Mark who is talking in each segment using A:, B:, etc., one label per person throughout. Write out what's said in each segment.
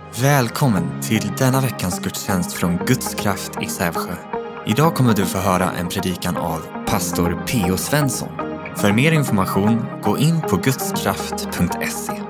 A: Välkommen till denna veckans gudstjänst från Guds kraft i Sävsjö. Idag kommer du få höra en predikan av pastor P.O. Svensson. För mer information, gå in på gudskraft.se.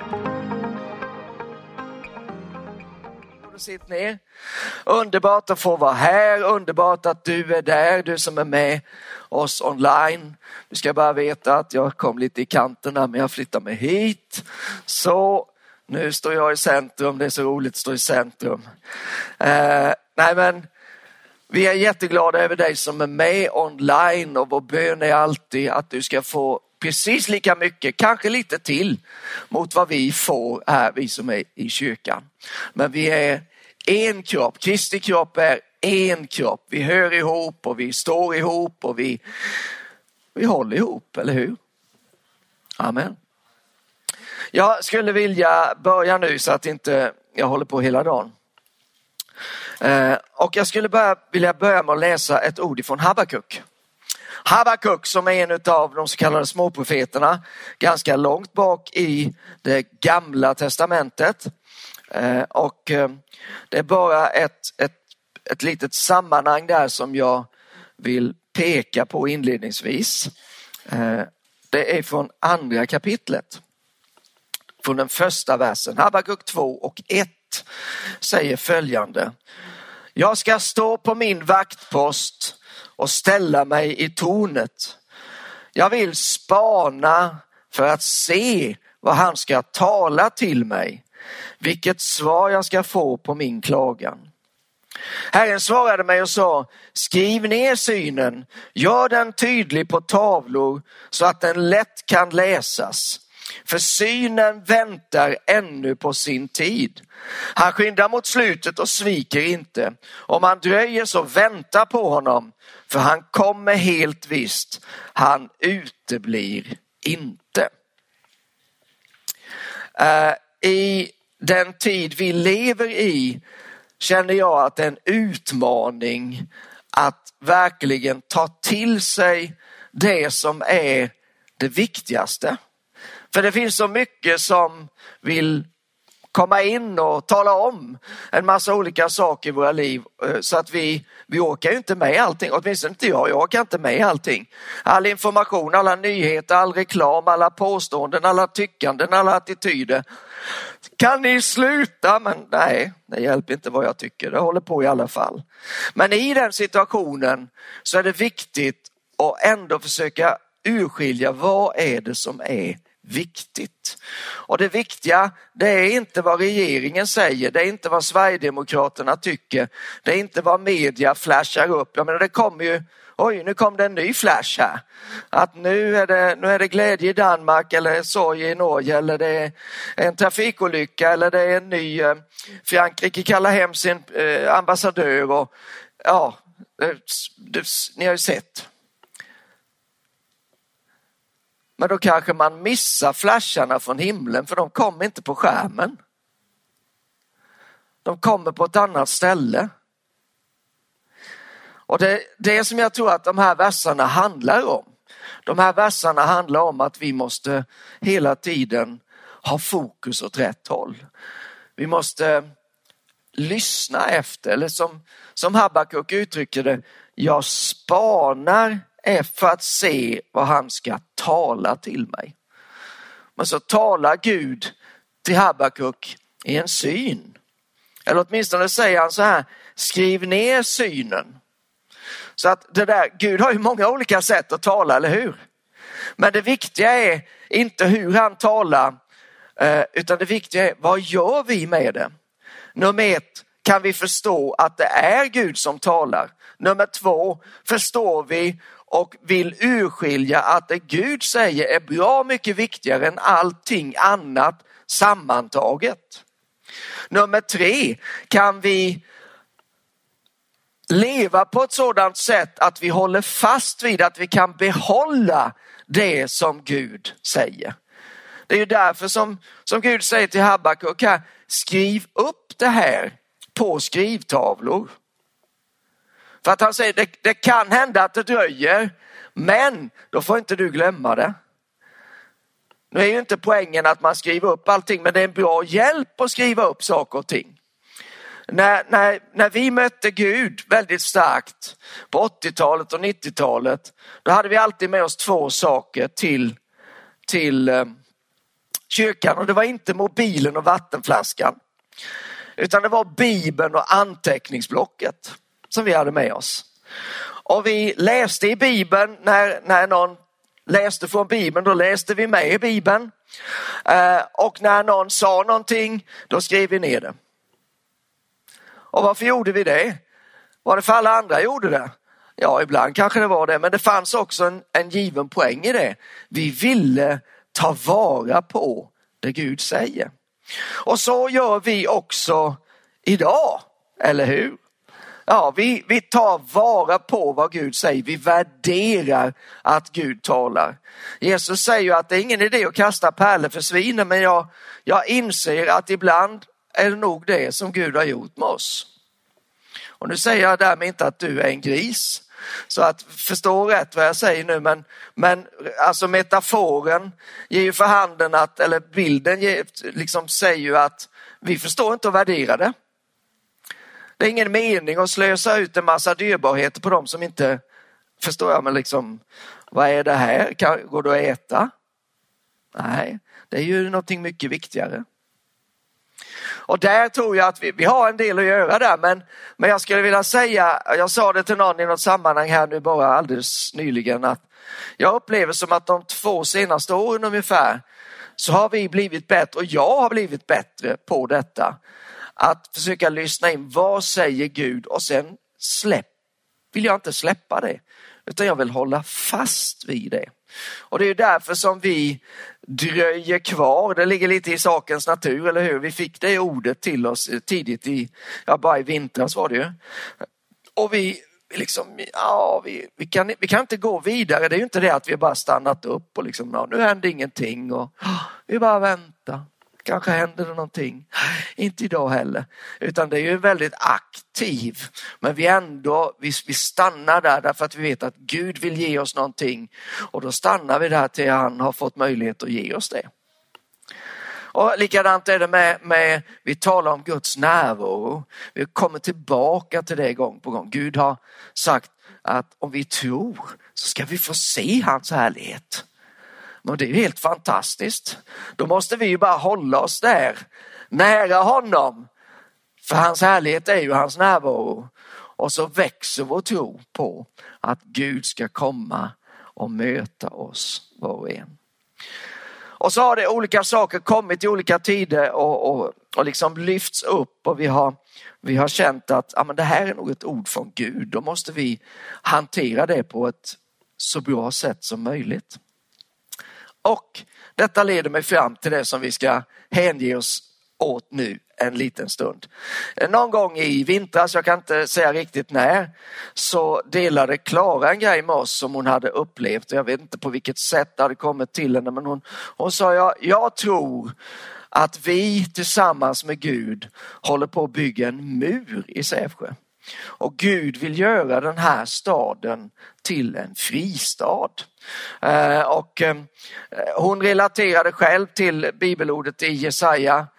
B: Sitt ner. Underbart att få vara här, underbart att du är där, du som är med oss online. Du ska bara veta att jag kom lite i kanterna, men jag flyttar mig hit. Så nu står jag i centrum, det är så roligt att stå i centrum. Vi är jätteglada över dig som är med online, och vår bön är alltid att du ska få precis lika mycket, kanske lite till, mot vad vi får här, vi som är i kyrkan. Men vi är en kropp, Kristi kropp är en kropp. Vi hör ihop och vi står ihop och vi håller ihop, eller hur? Amen. Jag skulle vilja börja nu så att inte jag håller på hela dagen. Och jag skulle vilja börja med att läsa ett ord ifrån Habakuk. Habakuk som är en av de så kallade småprofeterna, ganska långt bak i det gamla testamentet. Och det är bara ett litet sammanhang där som jag vill peka på inledningsvis. Det är från andra kapitlet. Från den första versen. Habakuk 2:1 säger följande. Jag ska stå på min vaktpost och ställa mig i tornet. Jag vill spana för att se vad han ska tala till mig. Vilket svar jag ska få på min klagan. Herren svarade mig och sa, skriv ner synen, gör den tydlig på tavlor så att den lätt kan läsas. För synen väntar ännu på sin tid. Han skyndar mot slutet och sviker inte. Om han dröjer så vänta på honom, för han kommer helt visst. Han uteblir inte. I den tid vi lever i känner jag att det är en utmaning att verkligen ta till sig det som är det viktigaste. För det finns så mycket som vill komma in och tala om en massa olika saker i våra liv, så att vi orkar ju inte med allting. Åtminstone inte jag orkar inte med allting. All information, alla nyheter, all reklam, alla påståenden, alla tyckanden, alla attityder. Kan ni sluta? Men nej, det hjälper inte vad jag tycker. Det håller på i alla fall. Men i den situationen så är det viktigt att ändå försöka urskilja vad är det som är viktigt. Och det viktiga, det är inte vad regeringen säger, det är inte vad Sverigedemokraterna tycker, det är inte vad media flashar upp. Jag menar, det kommer ju, nu kom det en ny flash här. Att nu är det glädje i Danmark, eller sorg i Norge, eller det är en trafikolycka, eller det är en ny Frankrike kallar hem sin ambassadör, och ja, ni har ju sett. Men då kanske man missar flasharna från himlen, för de kommer inte på skärmen. De kommer på ett annat ställe. Och det som jag tror att de här verserna handlar om. De här verserna handlar om att vi måste hela tiden ha fokus åt rätt håll. Vi måste lyssna efter, eller som Habakuk uttrycker det, jag spanar för att se vad han ska tala till mig. Men så talar Gud till Habakuk i en syn. Eller åtminstone säger han så här, skriv ner synen. Så att Gud har ju många olika sätt att tala, eller hur? Men det viktiga är inte hur han talar, utan det viktiga är, vad gör vi med det? Nummer 1, kan vi förstå att det är Gud som talar? Nummer 2, förstår vi och vill urskilja att det Gud säger är bra mycket viktigare än allting annat sammantaget. Nummer 3, kan vi leva på ett sådant sätt att vi håller fast vid att vi kan behålla det som Gud säger. Det är ju därför som Gud säger till Habakuk, skriv upp det här på skrivtavlor. För att han säger, det kan hända att det dröjer, men då får inte du glömma det. Nu är ju inte poängen att man skriver upp allting, men det är en bra hjälp att skriva upp saker och ting. När vi mötte Gud väldigt starkt på 80-talet och 90-talet, då hade vi alltid med oss 2 saker till kyrkan. Och det var inte mobilen och vattenflaskan, utan det var Bibeln och anteckningsblocket som vi hade med oss. Och vi läste i Bibeln, när någon läste från Bibeln, då läste vi med i Bibeln. Och när någon sa någonting, då skrev vi ner det. Och varför gjorde vi det? Var det för alla andra gjorde det? Ja, ibland kanske det var det, men det fanns också en given poäng i det. Vi ville ta vara på det Gud säger. Och så gör vi också idag, eller hur? Ja, vi tar vara på vad Gud säger. Vi värderar att Gud talar. Jesus säger ju att det är ingen idé att kasta pärlor för svinen, men jag inser att ibland är det nog det som Gud har gjort med oss. Och nu säger jag därmed inte att du är en gris. Så att förstå rätt vad jag säger nu, men alltså metaforen ger ju för handen att, eller bilden liksom säger ju att vi förstår inte att värdera det. Det är ingen mening att slösa ut en massa dyrbarheter på dem som inte förstår jag, men liksom, vad är det här? Går det att äta? Nej, det är ju någonting mycket viktigare. Och där tror jag att vi har en del att göra där, men jag skulle vilja säga, jag sa det till någon i något sammanhang här nu bara alldeles nyligen, att jag upplever som att de 2 senaste åren ungefär så har vi blivit bättre, och jag har blivit bättre på detta. Att försöka lyssna in, vad säger Gud, och sen vill jag inte släppa det, utan jag vill hålla fast vid det. Och det är därför som vi dröjer kvar. Det ligger lite i sakens natur, eller hur? Vi fick det ordet till oss tidigt bara i vintras var det ju. Och vi kan inte gå vidare. Det är ju inte det att vi bara stannat upp och liksom, nu händer ingenting och vi bara väntar. Kanske händer det någonting. Inte idag heller. Utan det är ju väldigt aktiv. Men vi stannar där därför att vi vet att Gud vill ge oss någonting. Och då stannar vi där till han har fått möjlighet att ge oss det. Och likadant är det med vi talar om Guds närvaro. Vi kommer tillbaka till det gång på gång. Gud har sagt att om vi tror så ska vi få se hans härlighet. Och det är ju helt fantastiskt. Då måste vi ju bara hålla oss där, nära honom. För hans härlighet är ju hans närvaro. Och så växer vår tro på att Gud ska komma och möta oss var och en. Och så har det olika saker kommit i olika tider och liksom lyfts upp. Och vi har känt att men det här är nog ett ord från Gud. Då måste vi hantera det på ett så bra sätt som möjligt. Och detta leder mig fram till det som vi ska hänge oss åt nu en liten stund. Någon gång i vintras, jag kan inte säga riktigt när, så delade Klara en grej med oss som hon hade upplevt. Jag vet inte på vilket sätt det hade kommit till henne, men hon sa jag tror att vi tillsammans med Gud håller på att bygga en mur i Sävsjö. Och Gud vill göra den här staden till en fristad. Och hon relaterade själv till bibelordet i Jesaja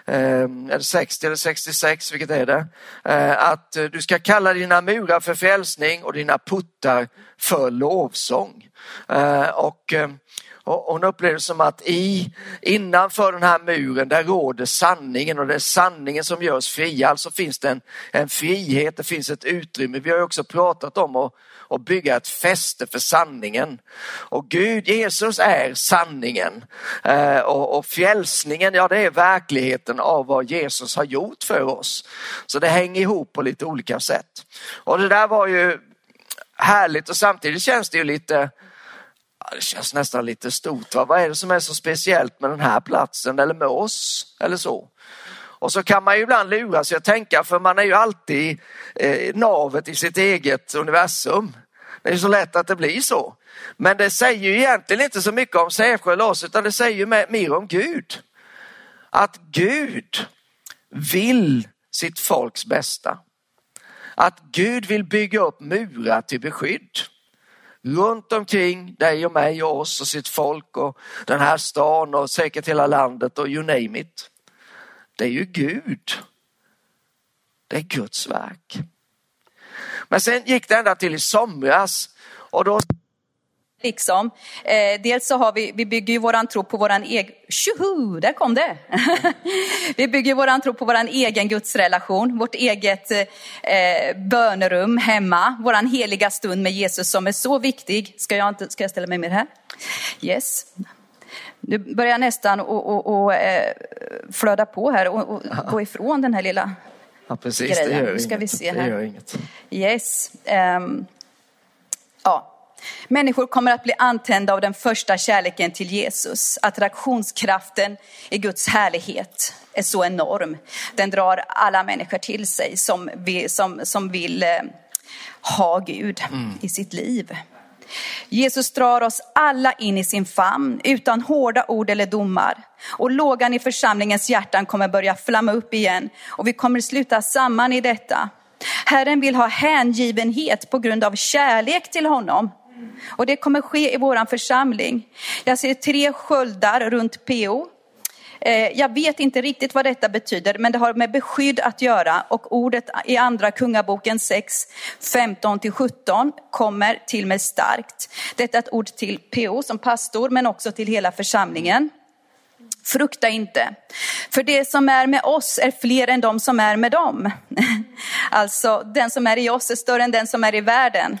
B: 60 eller 66, vilket är det? Att du ska kalla dina murar för frälsning och dina portar för lovsång. Och hon upplevde som att innanför den här muren där råder sanningen, och det är sanningen som gör oss fria. Alltså finns det en frihet, det finns ett utrymme. Vi har ju också pratat om att bygga ett fäste för sanningen. Och Gud, Jesus är sanningen. Och frälsningen, det är verkligheten av vad Jesus har gjort för oss. Så det hänger ihop på lite olika sätt. Och det där var ju härligt, och samtidigt känns det ju lite... Det känns nästan lite stort. Vad är det som är så speciellt med den här platsen eller med oss eller så? Och så kan man ju ibland lura sig att tänka, för man är ju alltid navet i sitt eget universum. Det är så lätt att det blir så. Men det säger ju egentligen inte så mycket om Sävsjö eller oss, utan det säger ju mer om Gud. Att Gud vill sitt folks bästa. Att Gud vill bygga upp murar till beskydd. runt omkring dig och mig och oss och sitt folk och den här stan och säkert hela landet och you name it. Det är ju Gud. Det är Guds verk. Men sen gick det ända till i somras och då...
C: Liksom. Dels så har vi bygger ju våran tro på våran egen... Tjoho, där kom det! Vi bygger våran tro på våran egen gudsrelation, vårt eget bönerum hemma, våran heliga stund med Jesus som är så viktig. Ska jag ställa mig med här? Yes. Nu börjar jag nästan och flöda på här och gå ifrån den här lilla
B: precis,
C: grejen.
B: Det gör
C: Nu ska
B: inget.
C: vi se här.
B: Det gör inget.
C: Yes. Ja. Människor kommer att bli antända av den första kärleken till Jesus. Attraktionskraften i Guds härlighet är så enorm. Den drar alla människor till sig som vill ha Gud i sitt liv. Jesus drar oss alla in i sin famn utan hårda ord eller domar. Och lågan i församlingens hjärtan kommer börja flamma upp igen. Och vi kommer sluta samman i detta. Herren vill ha hängivenhet på grund av kärlek till honom. Och det kommer ske i våran församling. Jag ser 3 sköldar runt PO. Jag vet inte riktigt vad detta betyder, men det har med beskydd att göra. Och ordet i andra kungaboken 6, 15-17 kommer till mig starkt. Detta är ett ord till PO som pastor, men också till hela församlingen. Frukta inte, för det som är med oss är fler än de som är med dem. Alltså, den som är i oss är större än den som är i världen.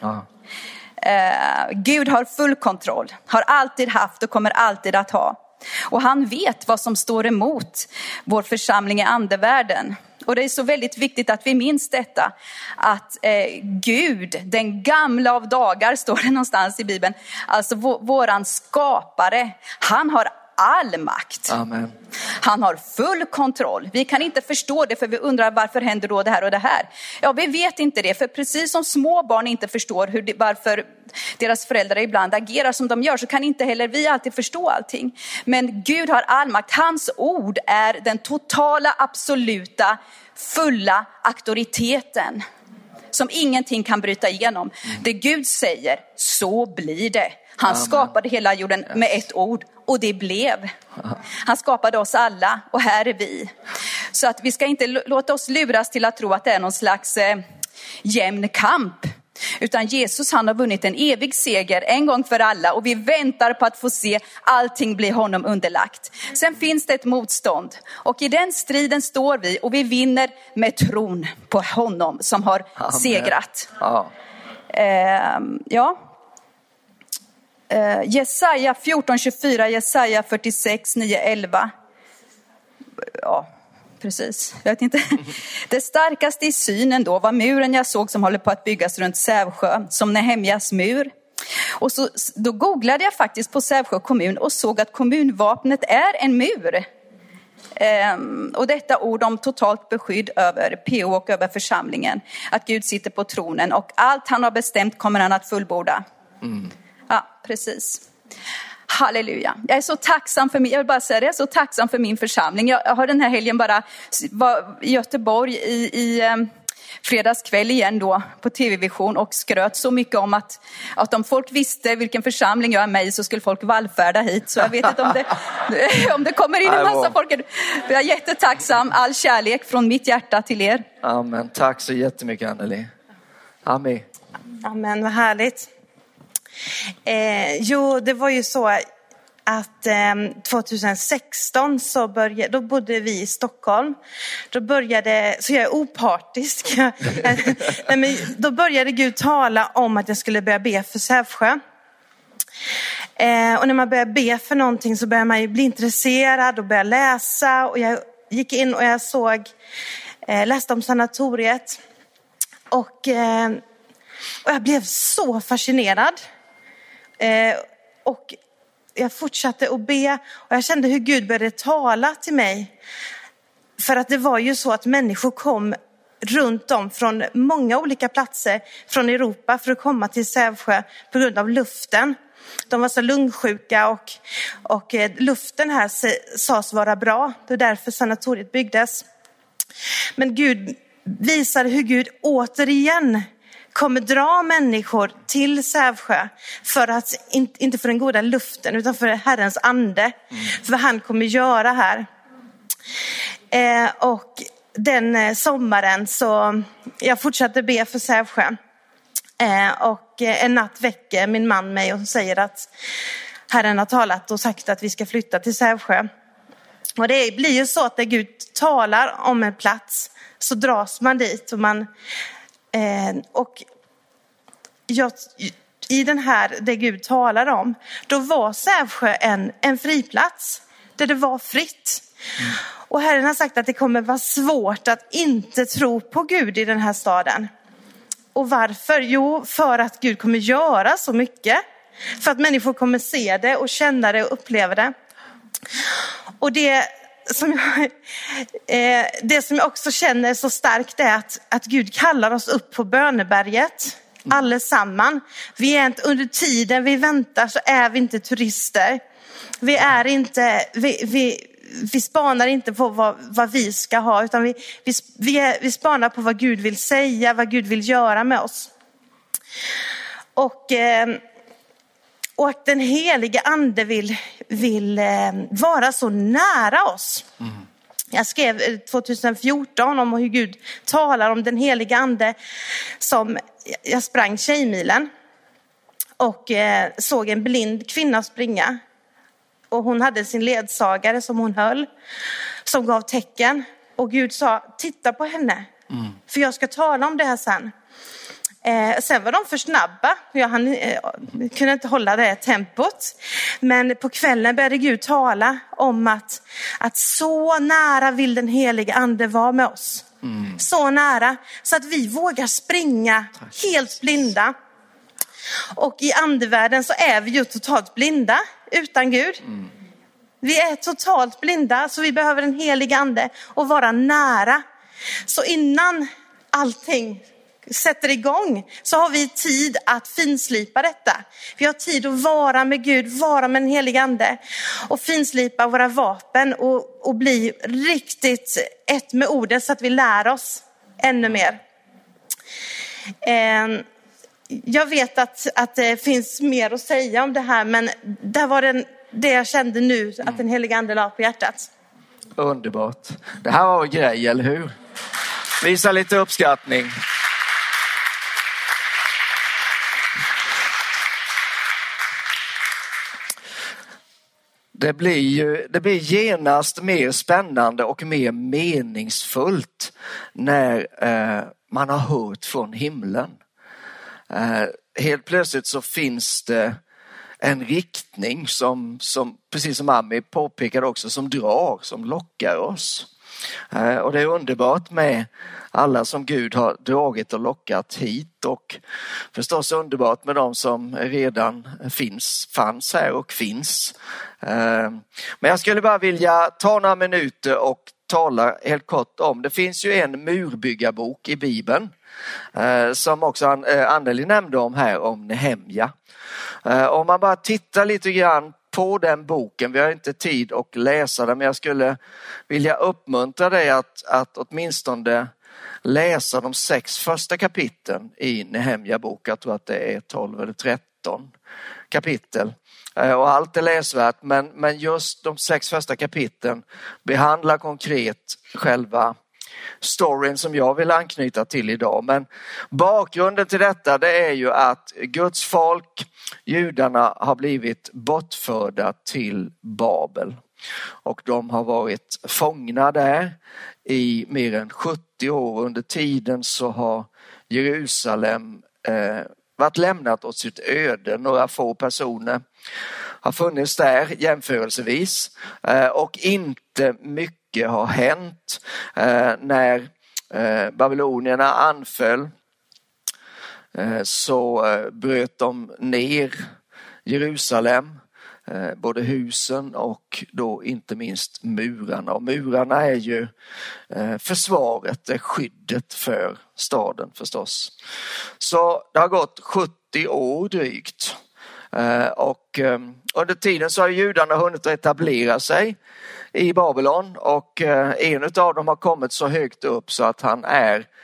C: Gud har full kontroll, har alltid haft och kommer alltid att ha. Och han vet vad som står emot vår församling i andevärlden. Och det är så väldigt viktigt att vi minns detta. Att Gud, den gamla av dagar, står det någonstans i Bibeln. Alltså våran skapare, han har all makt.
B: Amen.
C: Han har full kontroll. Vi kan inte förstå det, för vi undrar varför händer då det här och det här. Ja, vi vet inte det, för precis som små barn inte förstår varför deras föräldrar ibland agerar som de gör, så kan inte heller vi alltid förstå allting. Men Gud har all makt. Hans ord är den totala, absoluta, fulla auktoriteten som ingenting kan bryta igenom. Det Gud säger, så blir det. Han skapade hela jorden med ett ord, och det blev. Han skapade oss alla, och här är vi. Så att vi ska inte låta oss luras till att tro att det är någon slags jämn kamp. Utan Jesus, han har vunnit en evig seger en gång för alla, och vi väntar på att få se allting bli honom underlagt. Sen finns det ett motstånd, och i den striden står vi, och vi vinner med tron på honom som har segrat. Jesaja 14:24, Jesaja 46, 9-11. Ja, precis. Jag vet inte. Det starkaste i synen då var muren jag såg som håller på att byggas runt Sävsjö, som Nehemjas mur. Och då googlade jag faktiskt på Sävsjö kommun och såg att kommunvapnet är en mur. Och detta ord om totalt beskydd över PO och över församlingen. Att Gud sitter på tronen, och allt han har bestämt kommer han att fullborda. Ja, precis. Halleluja. Jag är så tacksam för jag vill bara säga det, jag är så tacksam för min församling. Jag har den här helgen bara var i Göteborg i fredagskväll igen då på TV-vision, och skröt så mycket om att om folk visste vilken församling jag är med i, så skulle folk vallfärda hit. Så jag vet inte om det kommer in en massa folk. Jag är jättetacksam. All kärlek från mitt hjärta till er.
B: Amen. Tack så jättemycket, Anneli. Amen.
D: Amen, vad härligt. Det var ju så att 2016 då bodde vi i Stockholm. Så jag är opartisk. Då började Gud tala om att jag skulle börja be för Sävsjö. Och när man börjar be för någonting så börjar man ju bli intresserad och börja läsa. Och jag gick in och jag läste om sanatoriet. Och jag blev så fascinerad. Och jag fortsatte att be, och jag kände hur Gud började tala till mig. För att det var ju så att människor kom runt om från många olika platser från Europa för att komma till Sävsjö på grund av luften. De var så lungsjuka, och luften här sades vara bra. Det är därför sanatoriet byggdes. Men Gud visade hur Gud återigen kommer dra människor till Sävsjö för att, inte för den goda luften utan för Herrens ande. För han kommer göra här. Och den sommaren så jag fortsatte be för Sävsjö. Och en natt väcker min man mig och säger att Herren har talat och sagt att vi ska flytta till Sävsjö. Och det blir ju så att när Gud talar om en plats så dras man dit. I den här, det Gud talar om, då var Sävsjö en friplats där det var fritt. Och Herren har sagt att det kommer vara svårt att inte tro på Gud i den här staden. Och varför? Jo, för att Gud kommer göra så mycket. För att människor kommer se det och känna det och uppleva det. Och det som jag också känner så starkt är att Gud kallar oss upp på böneberget. Allesamman. Vi är inte, under tiden vi väntar så är vi inte turister. Vi spanar inte på vad vi ska ha, utan vi spanar på vad Gud vill säga, vad Gud vill göra med oss. Och att den helige ande vill vara så nära oss. Jag skrev 2014 om hur Gud talar om den helige ande. Som jag sprang Tjejmilen och såg en blind kvinna springa. Och hon hade sin ledsagare som hon höll, som gav tecken. Och Gud sa, titta på henne. För jag ska tala om det här sen. Sen var de för snabba. Jag kunde inte hålla det tempot. Men på kvällen började Gud tala om att så nära vill den helige ande vara med oss. Så nära. Så att vi vågar springa helt blinda. Och i andevärlden så är vi ju totalt blinda utan Gud. Vi är totalt blinda, så vi behöver en helig ande och vara nära. Så innan allting sätter igång så har vi tid att finslipa detta. Vi har tid att vara med Gud, vara med en helig ande och finslipa våra vapen och bli riktigt ett med orden så att vi lär oss ännu mer. Jag vet att det finns mer att säga om det här, men där var det jag kände nu att den heliga ande la på hjärtat.
B: Underbart. Det här var en grej, eller hur? Visa lite uppskattning. Det blir genast mer spännande och mer meningsfullt när man har hört från himlen. Helt plötsligt så finns det en riktning som precis som Ami påpekade också, som lockar oss. Och det är underbart med alla som Gud har dragit och lockat hit, och förstås underbart med de som redan fanns här och finns. Men jag skulle bara vilja ta några minuter och tala helt kort om, det finns ju en murbyggarbok i Bibeln som också Anneli nämnde om här, om Nehemja. Om man bara tittar lite grann på den boken, vi har inte tid att läsa den, men jag skulle vilja uppmuntra dig att åtminstone läsa de 6 första kapitlen i Nehemja bok. Jag tror att det är 12 eller 13 kapitel. Och allt är läsvärt, men just de 6 första kapitlen behandlar konkret själva storyn som jag vill anknyta till idag. Men bakgrunden till detta, det är ju att Guds folk, judarna, har blivit bortförda till Babel. Och de har varit fångna där i mer än 70 år. Under tiden så har Jerusalem varit lämnat åt sitt öde. Några få personer har funnits där jämförelsevis, och inte mycket har hänt. När babylonierna anföll så bröt de ner Jerusalem, både husen och då inte minst murarna. Och murarna är ju försvaret, är skyddet för staden förstås. Så det har gått 70 år drygt. Och under tiden så har judarna hunnit etablera sig i Babylon, och en av dem har kommit så högt upp så att han är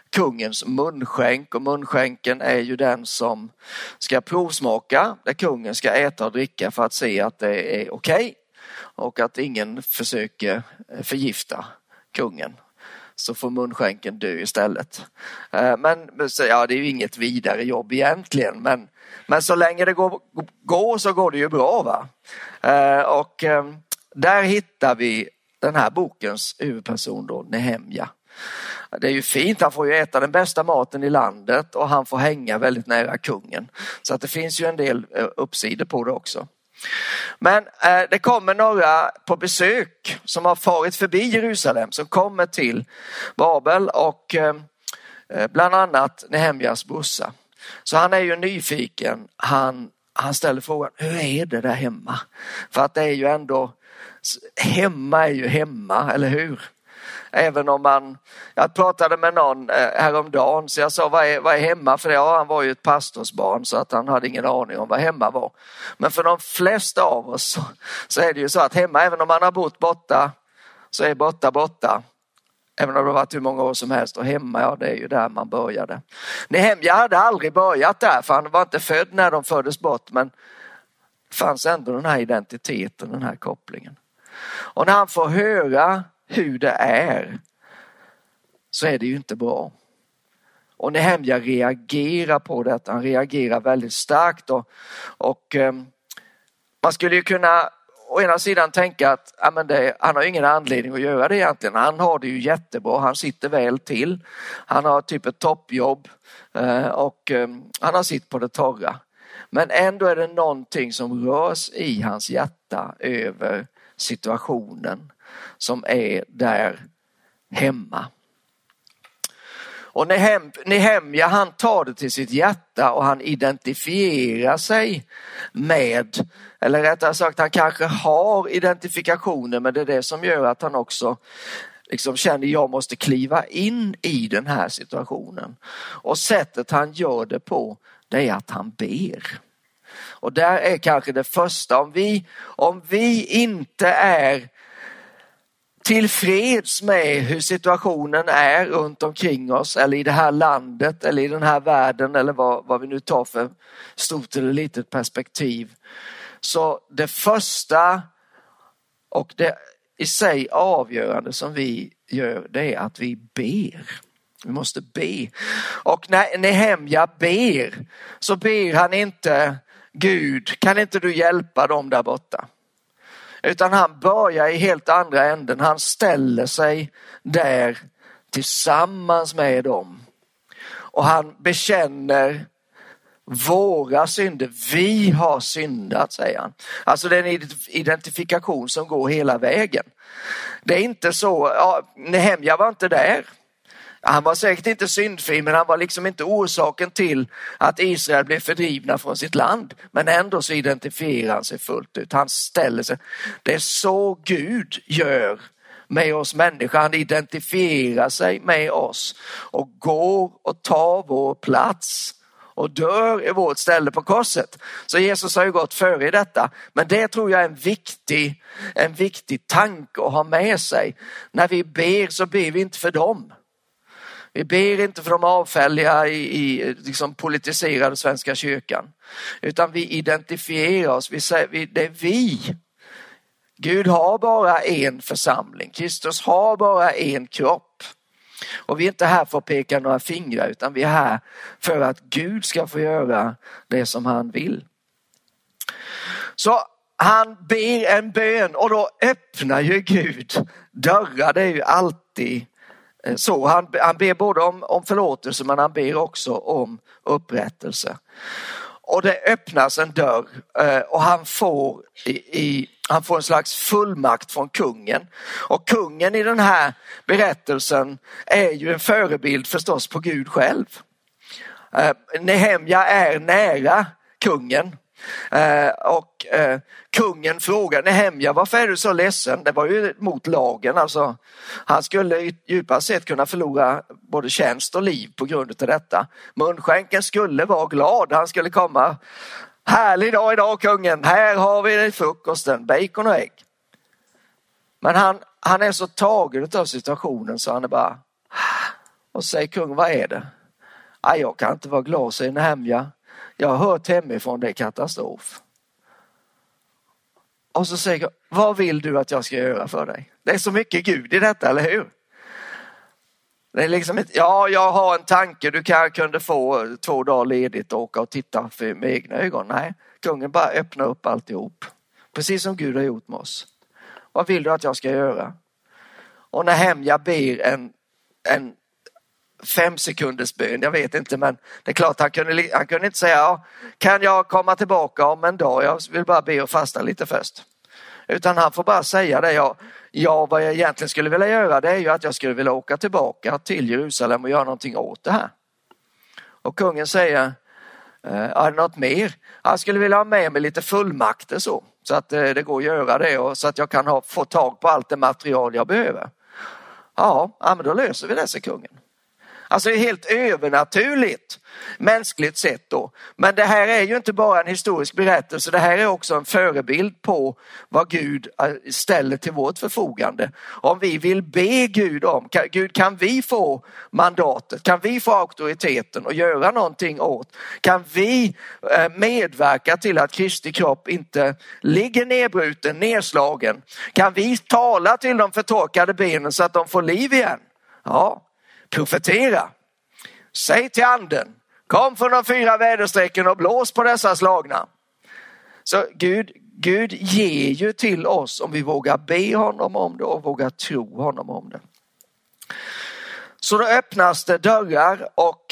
B: kungens munskänk, och munskänken är ju den som ska provsmaka, där kungen ska äta och dricka för att se att det är okej och att ingen försöker förgifta kungen. Så får munskänken dö istället. Men ja, det är ju inget vidare jobb egentligen, men så länge det går så går det ju bra, va? Och där hittar vi den här bokens huvudperson då, Nehemja. Det är ju fint, han får ju äta den bästa maten i landet och han får hänga väldigt nära kungen. Så att det finns ju en del uppsidor på det också. Men det kommer några på besök som har farit förbi Jerusalem, som kommer till Babel, och bland annat Nehemjas brorsa. Så han är ju nyfiken. Han ställer frågan, hur är det där hemma? För att det är ju ändå, hemma är ju hemma, eller hur? Även om jag pratade med någon häromdagen, så jag sa, vad är hemma? För han var ju ett pastorsbarn, så att han hade ingen aning om vad hemma var. Men för de flesta av oss så är det ju så att hemma, även om man har bott borta, så är borta. Även om det har varit hur många år som helst, och hemma, ja, det är ju där man började. Nehemja hade aldrig börjat där, för han var inte född när de föddes bort, men det fanns ändå den här identiteten, den här kopplingen. Och när han får höra hur det är, så är det ju inte bra. Och Nehemja reagerar på det. Han reagerar väldigt starkt. Och man skulle ju kunna å ena sidan tänka att han har ingen anledning att göra det egentligen. Han har det ju jättebra. Han sitter väl till. Han har typ ett toppjobb. Och han har sitt på det torra. Men ändå är det någonting som rörs i hans hjärta över situationen som är där hemma. Och Nehemja, han tar det till sitt hjärta och han identifierar sig med, eller rättare sagt, han kanske har identifikationer, men det är det som gör att han också liksom känner, jag måste kliva in i den här situationen. Och sättet han gör det på, det är att han ber. Och där är kanske det första, om vi inte är tillfreds med hur situationen är runt omkring oss, eller i det här landet, eller i den här världen, eller vad vi nu tar för stort eller litet perspektiv. Så det första och det i sig avgörande som vi gör, det är att vi ber. Vi måste be. Och när Nehemja ber, så ber han inte, Gud, kan inte du hjälpa dem där borta? Utan han börjar i helt andra änden. Han ställer sig där tillsammans med dem. Och han bekänner våra synder. Vi har syndat, säger han. Alltså det är en identifikation som går hela vägen. Det är inte så, Nehemja var inte där. Han var säkert inte syndfri, men han var liksom inte orsaken till att Israel blev fördrivna från sitt land. Men ändå så identifierar han sig fullt ut. Han ställer sig. Det är så Gud gör med oss människor. Han identifierar sig med oss och går och tar vår plats och dör i vårt ställe på korset. Så Jesus har ju gått före i detta. Men det tror jag är en viktig tanke att ha med sig. När vi ber, så ber vi inte för dem. Vi ber inte för de avfälliga i liksom politiserade svenska kyrkan. Utan vi identifierar oss. Vi säger, det är vi. Gud har bara en församling. Kristus har bara en kropp. Och vi är inte här för att peka några fingrar, utan vi är här för att Gud ska få göra det som han vill. Så han ber en bön, och då öppnar ju Gud dörrar. Det är ju alltid så. Han ber både om förlåtelse, men han ber också om upprättelse. Och det öppnas en dörr, och han får en slags fullmakt från kungen. Och kungen i den här berättelsen är ju en förebild förstås på Gud själv. Nehemja är nära kungen. Och kungen frågar Nehemja, varför är du så ledsen? Det var ju mot lagen. Alltså, han skulle djupast sett kunna förlora både tjänst och liv på grund av detta. Munskänken skulle vara glad. Han skulle komma, härlig dag idag kungen, här har vi frukosten, bacon och ägg. Men han är så tagen av situationen så han är bara, Och så säger kungen, vad är det? Jag kan inte vara glad, säger Nehemja. Jag har hört hemifrån, det är katastrof. Och så säger jag, vad vill du att jag ska göra för dig? Det är så mycket Gud i detta, eller hur? Det är liksom ett, jag har en tanke, du kunde få 2 dagar ledigt och åka och titta med egna ögon. Nej, kungen bara öppnar upp alltihop. Precis som Gud har gjort med oss. Vad vill du att jag ska göra? Och Nehemja ber en 5 sekunders bön, jag vet inte, men det är klart han kunde inte säga, kan jag komma tillbaka om en dag? Jag vill bara be och fasta lite först. Utan han får bara säga det, vad jag egentligen skulle vilja göra, det är ju att jag skulle vilja åka tillbaka till Jerusalem och göra någonting åt det här. Och kungen säger, är det något mer? Jag skulle vilja ha med mig lite fullmakter så att det går att göra det och så att jag kan få tag på allt det material jag behöver. Ja, men då löser vi det, säger kungen. Alltså det är helt övernaturligt, mänskligt sett då. Men det här är ju inte bara en historisk berättelse, det här är också en förebild på vad Gud ställer till vårt förfogande. Om vi vill be Gud Gud, kan vi få mandatet? Kan vi få auktoriteten och göra någonting åt? Kan vi medverka till att Kristi kropp inte ligger nedbruten, nedslagen? Kan vi tala till de förtorkade benen så att de får liv igen? Ja. Profetera. Säg till anden, kom från de 4 väderstrecken och blås på dessa slagna. Så Gud ger ju till oss om vi vågar be honom om det och vågar tro honom om det. Så då öppnas det dörrar och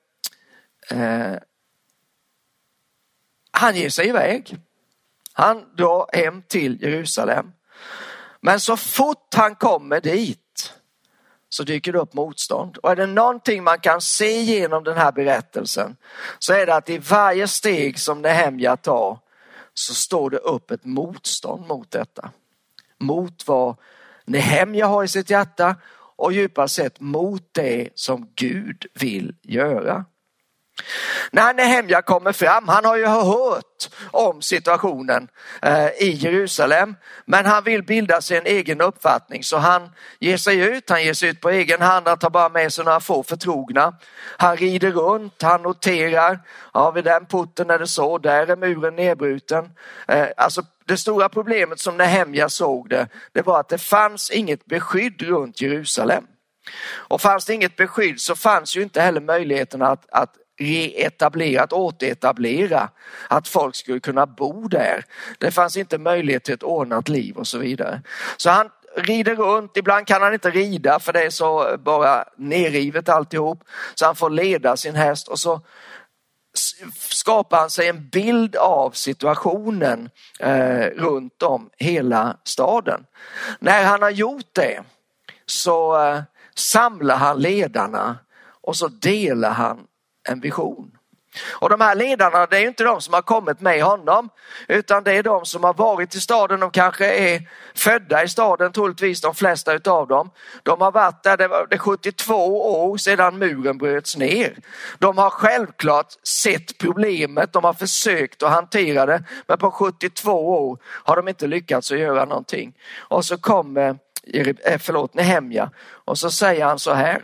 B: han ger sig iväg. Han drar hem till Jerusalem. Men så fort han kommer dit så dyker det upp motstånd. Och är det någonting man kan se genom den här berättelsen så är det att i varje steg som Nehemja tar så står det upp ett motstånd mot detta. Mot vad Nehemja har i sitt hjärta och djupast sett mot det som Gud vill göra. När Nehemja kommer fram, han har ju hört om situationen i Jerusalem, men han vill bilda sig en egen uppfattning, så han ger sig ut på egen hand. Han tar bara med sig några få förtrogna. Han rider runt, han noterar, vid den porten är det så, där är muren nedbruten. Alltså det stora problemet som Nehemja såg det var att det fanns inget beskydd runt Jerusalem. Och fanns det inget beskydd så fanns ju inte heller möjligheten att återetablera, att folk skulle kunna bo där. Det fanns inte möjlighet till ett ordnat liv och så vidare. Så han rider runt, ibland kan han inte rida för det är så bara nerrivet alltihop. Så han får leda sin häst och så skapar han sig en bild av situationen runt om hela staden. När han har gjort det så samlar han ledarna och så delar han en vision. Och de här ledarna, det är ju inte de som har kommit med honom, utan det är de som har varit i staden. De kanske är födda i staden, troligtvis de flesta utav dem. De har varit där, det är 72 år sedan muren bröts ner. De har självklart sett problemet, de har försökt att hantera det, men på 72 år har de inte lyckats att göra någonting. Och så kommer Nehemja och så säger han så här.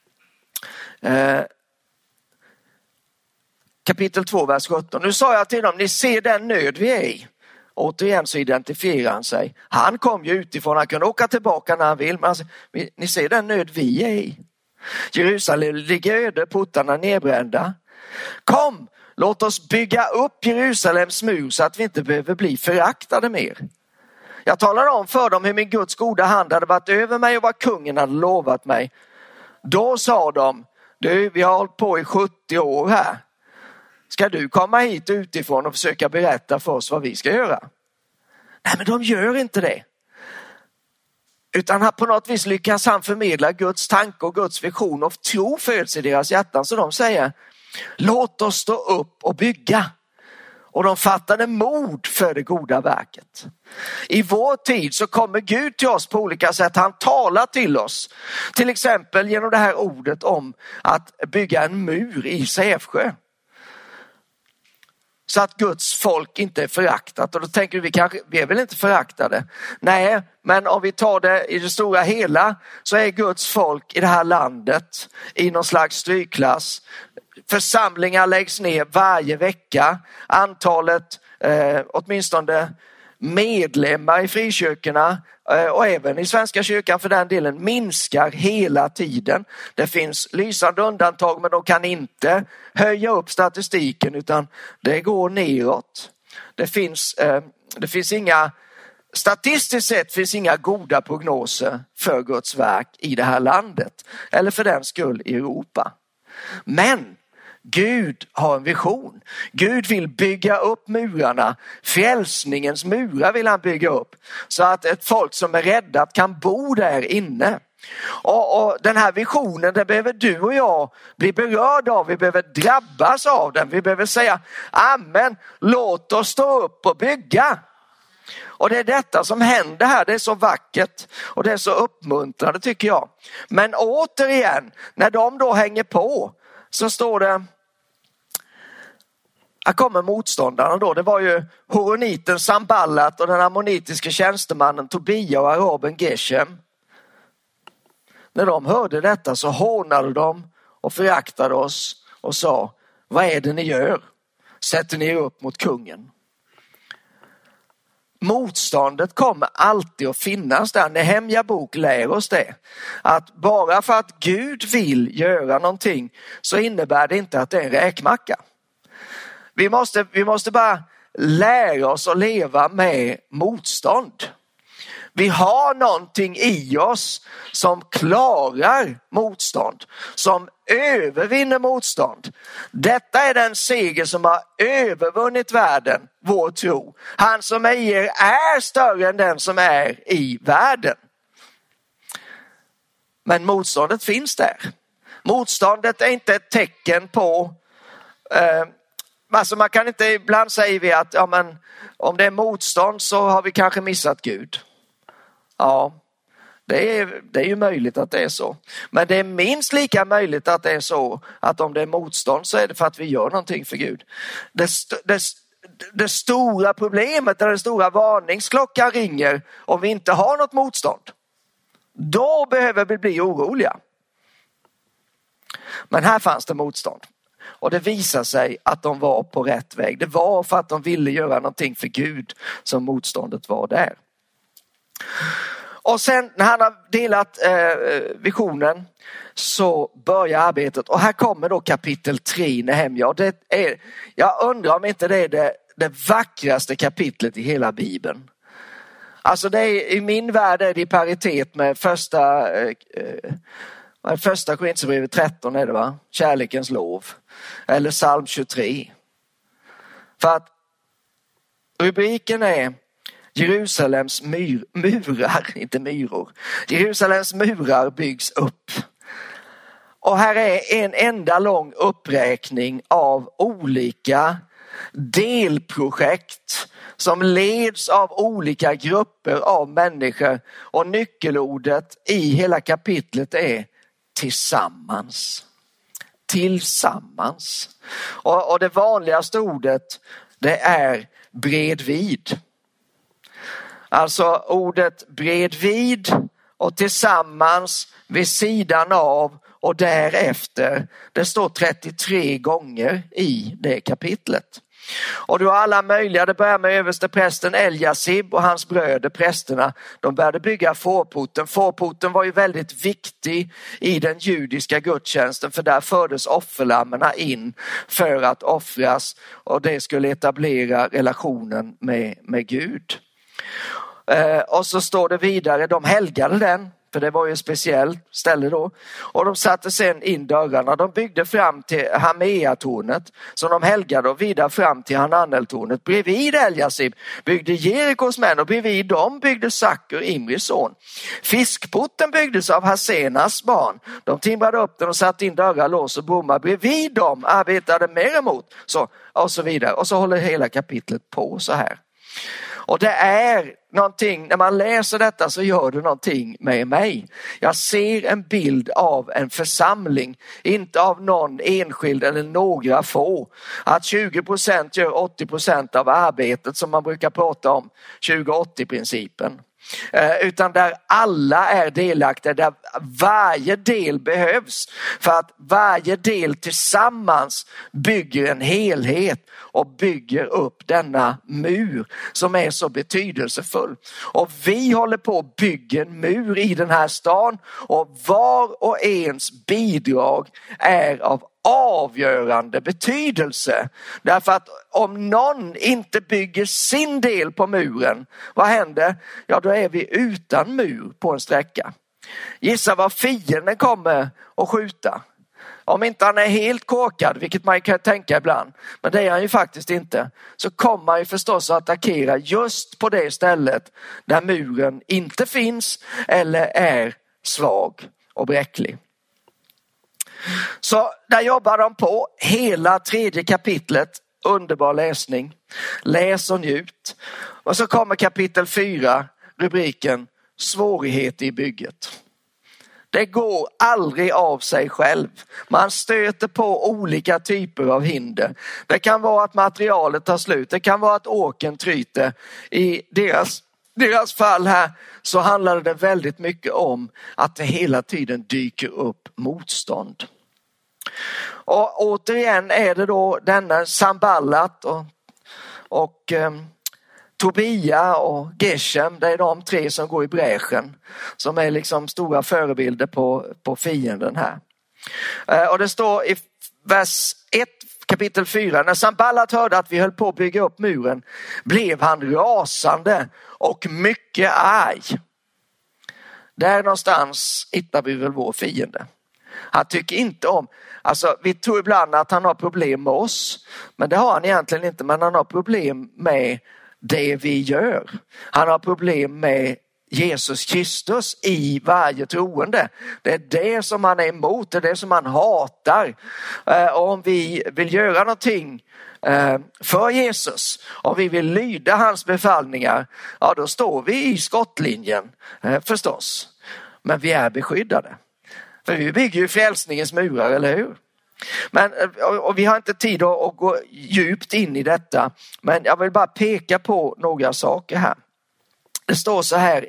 B: Kapitel 2, vers 17. Nu sa jag till dem, ni ser den nöd vi är i. Återigen så identifierar han sig. Han kom ju utifrån, han kunde åka tillbaka när han vill. Men ni ser den nöd vi är i. Jerusalem ligger öde, portarna nedbrända. Kom, låt oss bygga upp Jerusalems mur så att vi inte behöver bli föraktade mer. Jag talade om för dem hur min Guds goda hand hade varit över mig och vad kungen hade lovat mig. Då sa de, vi har hållit på i 70 år här. Ska du komma hit utifrån och försöka berätta för oss vad vi ska göra? Nej, men de gör inte det. Utan på något vis lyckas han förmedla Guds tanke och Guds vision och tro föds i deras hjärtan. Så de säger, låt oss stå upp och bygga. Och de fattade mod för det goda verket. I vår tid så kommer Gud till oss på olika sätt. Han talar till oss. Till exempel genom det här ordet om att bygga en mur i Sävsjö. så att Guds folk inte är föraktat. Och då tänker vi är väl inte föraktade? Nej, men om vi tar det i det stora hela så är Guds folk i det här landet i någon slags strykklass. Församlingar läggs ner varje vecka. Antalet åtminstone medlemmar i frikyrkorna och även i Svenska kyrkan för den delen minskar hela tiden. Det finns lysande undantag, men de kan inte höja upp statistiken utan det går neråt. Det finns inga, statistiskt sett finns inga goda prognoser för Guds verk i det här landet eller för den skull i Europa. Men Gud har en vision. Gud vill bygga upp murarna. Frälsningens murar vill han bygga upp. Så att ett folk som är räddat kan bo där inne. Och den här visionen, det behöver du och jag bli berörda av. Vi behöver drabbas av den. Vi behöver säga, amen, låt oss stå upp och bygga. Och det är detta som händer här. Det är så vackert och det är så uppmuntrande tycker jag. Men återigen, när de då hänger på så står det, här kommer motståndarna då. Det var ju horoniten Samballat och den ammonitiska tjänstemannen Tobia och araben Geshem. När de hörde detta så hånade de och föraktade oss och sa, vad är det ni gör? Sätter ni er upp mot kungen? Motståndet kommer alltid att finnas där. Nehemja bok lär oss det. Att bara för att Gud vill göra någonting så innebär det inte att det är en räkmacka. Vi måste bara lära oss att leva med motstånd. Vi har någonting i oss som klarar motstånd, som övervinner motstånd. Detta är den seger som har övervunnit världen, vår tro. Han som är i er är större än den som är i världen. Men motståndet finns där. Motståndet är inte ett tecken på... Alltså man kan inte, ibland säger vi att ja, men, om det är motstånd så har vi kanske missat Gud. Ja, det är ju möjligt att det är så. Men det är minst lika möjligt att det är så att om det är motstånd så är det för att vi gör någonting för Gud. Det stora problemet, där den stora varningsklockan ringer om vi inte har något motstånd. Då behöver vi bli oroliga. Men här fanns det motstånd. Och det visar sig att de var på rätt väg. Det var för att de ville göra någonting för Gud som motståndet var där. Och sen när han har delat visionen så börjar arbetet. Och här kommer då kapitel 3 Nehemja. Och jag undrar om inte det är det vackraste kapitlet i hela Bibeln. Alltså i min värld är det i paritet med första Korinthierbrevet 13 är det va? Kärlekens lov. Eller psalm 23. För att rubriken är Jerusalems murar, inte myror. Jerusalems murar byggs upp. Och här är en enda lång uppräkning av olika delprojekt som leds av olika grupper av människor. Och nyckelordet i hela kapitlet är tillsammans. Tillsammans. Och det vanligaste ordet det är bredvid. Alltså ordet bredvid och tillsammans, vid sidan av och därefter. Det står 33 gånger i det kapitlet. Och du har alla möjliga, det börjar med översteprästen Eljasib och hans bröder prästerna. De började bygga fårporten. Fårporten var ju väldigt viktig i den judiska gudstjänsten, för där fördes offerlammarna in för att offras och det skulle etablera relationen med Gud. Och så står det vidare, de helgade den. För det var ju ett speciellt ställe då. Och de satte sen in dörrarna. De byggde fram till Hamea-tornet. Som de helgade och vidare fram till Hananel-tornet. Bredvid Eljasib byggde Jerikos män. Och bredvid dem byggde Sakur, Imris son. Fiskporten byggdes av Hasenas barn. De timbrade upp den och satte in dörrar, lås och bommar. Bredvid dem arbetade mer emot. Och så vidare. Och så håller hela kapitlet på så här. Och det är någonting, när man läser detta så gör det någonting med mig. Jag ser en bild av en församling, inte av någon enskild eller några få. Att 20% gör 80% av arbetet, som man brukar prata om, 20-80-principen. Utan där alla är delaktiga, där varje del behövs för att varje del tillsammans bygger en helhet och bygger upp denna mur som är så betydelsefull. Och vi håller på att bygga en mur i den här stan, och var och ens bidrag är av avgörande betydelse. Därför att om någon inte bygger sin del på muren, vad händer? Ja, då är vi utan mur på en sträcka. Gissa vad fienden kommer att skjuta. Om inte han är helt korkad, vilket man kan tänka ibland, men det är han ju faktiskt inte, så kommer han ju förstås att attackera just på det stället där muren inte finns eller är svag och bräcklig. Så där jobbar de på hela 3:e kapitlet. Underbar läsning. Läs och njut. Och så kommer kapitel 4, rubriken svårighet i bygget. Det går aldrig av sig själv. Man stöter på olika typer av hinder. Det kan vara att materialet tar slut. Det kan vara att åkern tryter. I deras fall här så handlar det väldigt mycket om att det hela tiden dyker upp motstånd. Och återigen är det då denna Sanballat och Tobia och Geshem, det är de 3 som går i bräschen, som är liksom stora förebilder på fienden här. Och det står i vers 1 kapitel 4, när Sanballat hörde att vi höll på att bygga upp muren blev han rasande och mycket arg. Där någonstans hittar vi väl vår fiende. Han tycker inte om, alltså vi tror ibland att han har problem med oss, men det har han egentligen inte, men han har problem med det vi gör. Han har problem med Jesus Kristus i varje troende. Det är det som han är emot, det är det som han hatar. Och om vi vill göra någonting för Jesus, om vi vill lyda hans befallningar, ja då står vi i skottlinjen förstås. Men vi är beskyddade. För vi bygger ju frälsningens murar, eller hur? Men, och vi har inte tid att gå djupt in i detta. Men jag vill bara peka på några saker här. Det står så här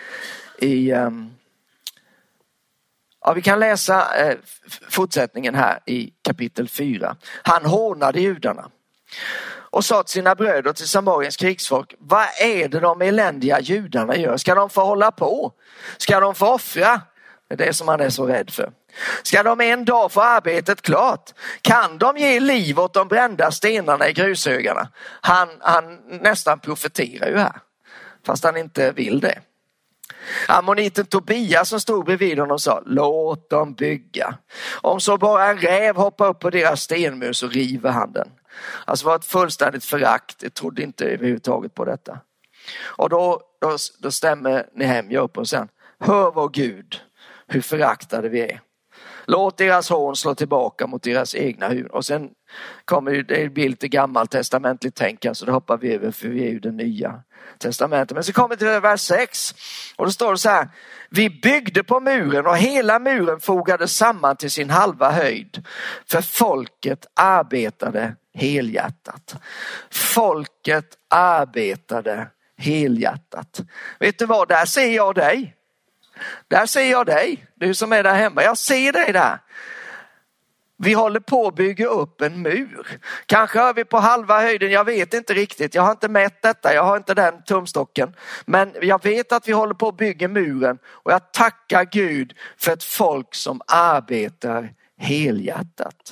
B: vi kan läsa fortsättningen här i kapitel 4. Han hånade judarna och sa till sina bröder och till Samariens krigsfolk: vad är det de eländiga judarna gör? Ska de få hålla på? Ska de få offra? Det är det som han är så rädd för. Ska de en dag få arbetet klart? Kan de ge liv åt de brända stenarna i grushögarna? Han nästan profeterar ju här, fast han inte vill det. Ammoniten Tobia som stod bredvid honom sa: låt dem bygga. Om så bara en räv hoppar upp på deras stenmur så river han den. Alltså var ett fullständigt förakt. Jag trodde inte överhuvudtaget på detta. Och då stämmer Nehemja upp och sen: hör vår Gud, hur föraktade vi är. Låt deras hån slå tillbaka mot deras egna huvuden. Och sen kommer det bli lite gammaltestamentligt tänkande, så det hoppar vi över, för vi är ju det nya testamentet. Men så kommer det till vers 6 och då står det så här: vi byggde på muren och hela muren fogades samman till sin halva höjd, för folket arbetade helhjärtat. Folket arbetade helhjärtat. Vet du vad, där ser jag dig. Där ser jag dig, du som är där hemma. Jag ser dig där. Vi håller på att bygga upp en mur. Kanske är vi på halva höjden, jag vet inte riktigt. Jag har inte mätt detta, jag har inte den tumstocken. Men jag vet att vi håller på att bygga muren. Och jag tackar Gud för ett folk som arbetar helhjärtat.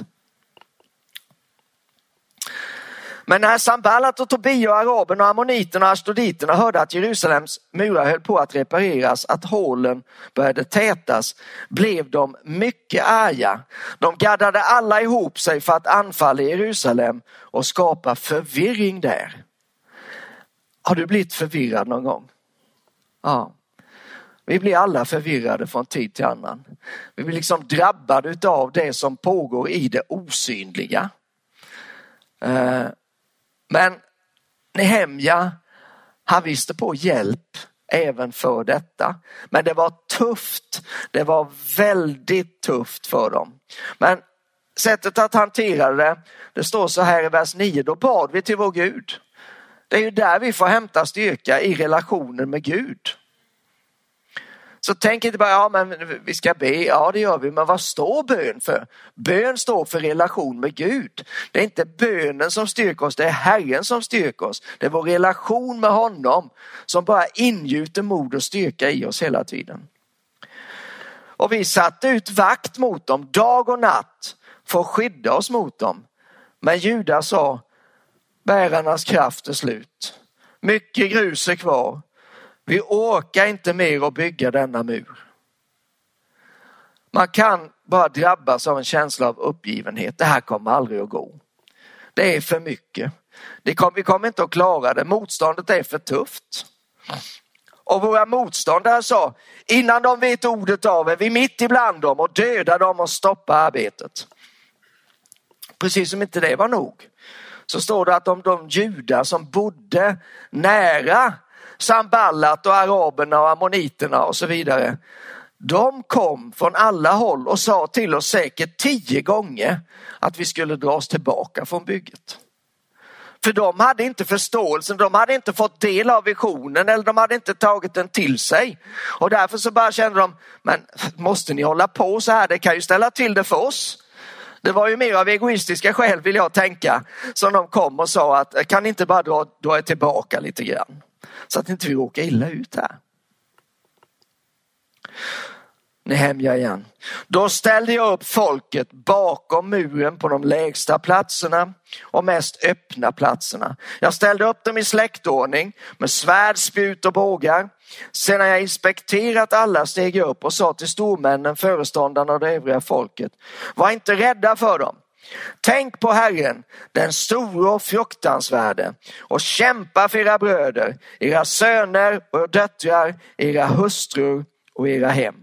B: Men när Sanballat och Tobia och araben och ammoniterna och ashdoditerna hörde att Jerusalems murar höll på att repareras, att hålen började tätas, blev de mycket arga. De gaddade alla ihop sig för att anfalla Jerusalem och skapa förvirring där. Har du blivit förvirrad någon gång? Ja. Vi blir alla förvirrade från tid till annan. Vi blir liksom drabbade av det som pågår i det osynliga. Men Nehemja, Han visste på hjälp även för detta. Men det var tufft. Det var väldigt tufft för dem. Men sättet att hantera det står så här i vers 9. Då bad vi till vår Gud. Det är ju där vi får hämta styrka i relationen med Gud. Så tänk inte bara, ja men vi ska be, ja det gör vi, men vad står bön för? Bön står för relation med Gud. Det är inte bönen som styrker oss, det är Herren som styrker oss. Det är vår relation med honom som bara ingjuter mod och styrka i oss hela tiden. Och vi satte ut vakt mot dem dag och natt för att skydda oss mot dem. Men Judas sa, bärarnas kraft är slut. Mycket grus är kvar. Vi orkar inte mer att bygga denna mur. Man kan bara drabbas av en känsla av uppgivenhet. Det här kommer aldrig att gå. Det är för mycket. Vi kommer inte att klara det. Motståndet är för tufft. Och våra motståndare sa, innan de vet ordet av är vi mitt ibland dem och dödar dem och stoppar arbetet. Precis som inte det var nog. Så står det att de judar som bodde nära Sanballat och araberna och ammoniterna och så vidare. De kom från alla håll och sa till oss säkert 10 gånger att vi skulle dra oss tillbaka från bygget. För de hade inte förståelsen, de hade inte fått del av visionen eller de hade inte tagit den till sig. Och därför så bara kände de, men måste ni hålla på så här? Det kan ju ställa till det för oss. Det var ju mer av egoistiska skäl vill jag tänka. Som de kom och sa att kan ni inte bara dra er tillbaka lite grann? Så att inte vi råkar illa ut här. Nehemja igen. Då ställde jag upp folket bakom muren på de lägsta platserna och mest öppna platserna. Jag ställde upp dem i släktordning med svärd, spjut och bågar. Sedan jag inspekterat alla steg jag upp och sa till stormännen, föreståndarna och det övriga folket. Var inte rädda för dem. Tänk på Herren, den stora och fruktansvärde, och kämpa för era bröder, era söner och döttrar, era hustrur och era hem.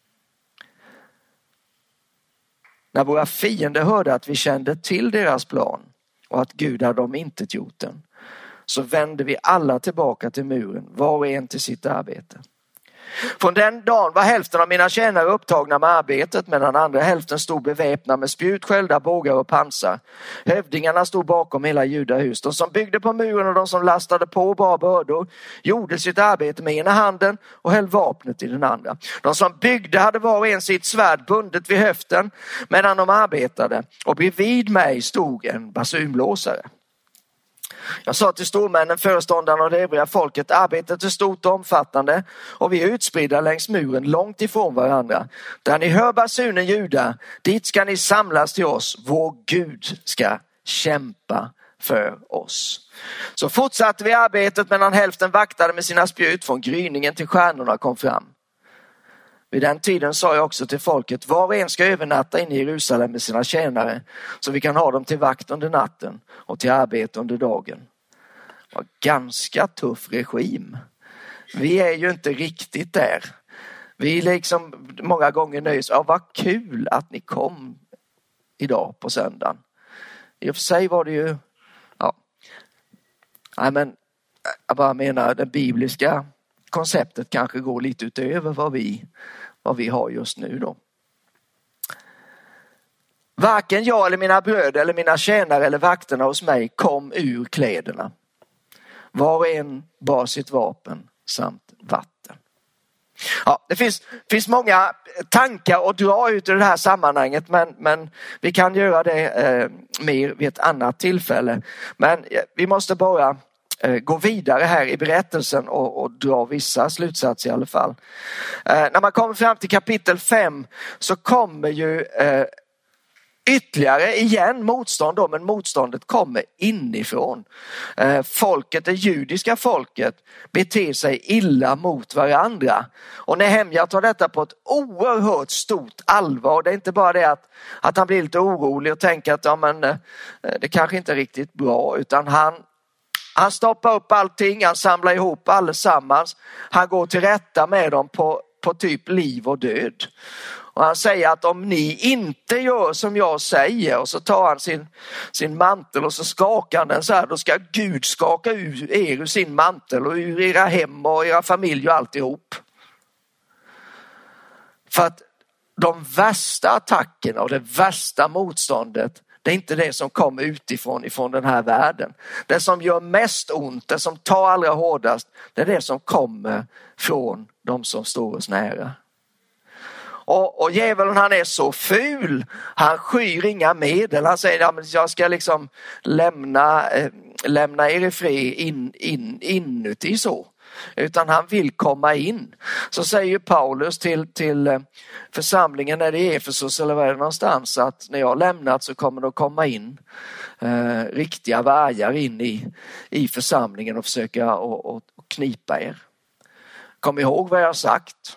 B: När våra fiender hörde att vi kände till deras plan och att Gud hade dem inte gjort den, så vände vi alla tillbaka till muren, var och en till sitt arbete. Från den dagen var hälften av mina tjänare upptagna med arbetet medan andra hälften stod beväpnade med spjut, sköldar, bågar och pansar. Hövdingarna stod bakom hela judahus. De som byggde på muren och de som lastade på bara bördor gjorde sitt arbete med ena handen och höll vapnet i den andra. De som byggde hade var och en sitt svärd bundet vid höften medan de arbetade, och bredvid mig stod en basunblåsare. Jag sa till stormännen, föreståndarna och det övriga folket, arbetet är stort och omfattande och vi är utspridda längs muren långt ifrån varandra. Där ni hör basunen ljuda, dit ska ni samlas till oss. Vår Gud ska kämpa för oss. Så fortsatte vi arbetet medan hälften vaktade med sina spjut från gryningen till stjärnorna kom fram. Vid den tiden sa jag också till folket, var och en ska övernatta in i Jerusalem med sina tjänare så vi kan ha dem till vakt under natten och till arbete under dagen. Det var ganska tuff regim. Vi är ju inte riktigt där. Vi liksom många gånger nöjs. Ja, vad kul att ni kom idag på söndagen. I och för sig var det ju, ja. Nej, men jag bara menar det bibliska konceptet kanske går lite utöver vad vi har just nu då. Varken jag eller mina bröder eller mina tjänare eller vakterna hos mig kom ur kläderna. Var och en bar sitt vapen samt vatten. Ja, det finns många tankar att dra ut ur det här sammanhanget, men vi kan göra det mer vid ett annat tillfälle. Men vi måste bara gå vidare här i berättelsen och dra vissa slutsatser i alla fall. När man kommer fram till kapitel 5 så kommer ju ytterligare igen motstånd då, men motståndet kommer inifrån. Folket, det judiska folket, beter sig illa mot varandra. Och Nehemja tar detta på ett oerhört stort allvar. Det är inte bara det att han blir lite orolig och tänker att ja, men, det kanske inte är riktigt bra, utan han stoppar upp allting, han samlar ihop allesammans. Han går till rätta med dem på typ liv och död. Och han säger att om ni inte gör som jag säger, och så tar han sin mantel och så skakar han den så här, då ska Gud skaka ur sin mantel och ur era hem och era familjer och alltihop. För att de värsta attackerna och det värsta motståndet, det är inte det som kommer ifrån den här världen. Det som gör mest ont, det som tar allra hårdast, det är det som kommer från de som står oss nära. Och djävulen, han är så ful, han skyr inga medel. Han säger att jag ska liksom lämna er i fred inuti så. Utan han vill komma in. Så säger Paulus till församlingen när det är Efesos eller var det någonstans, att när jag har lämnat så kommer det att komma in riktiga vargar in i församlingen och försöka och knipa er. Kom ihåg vad jag har sagt.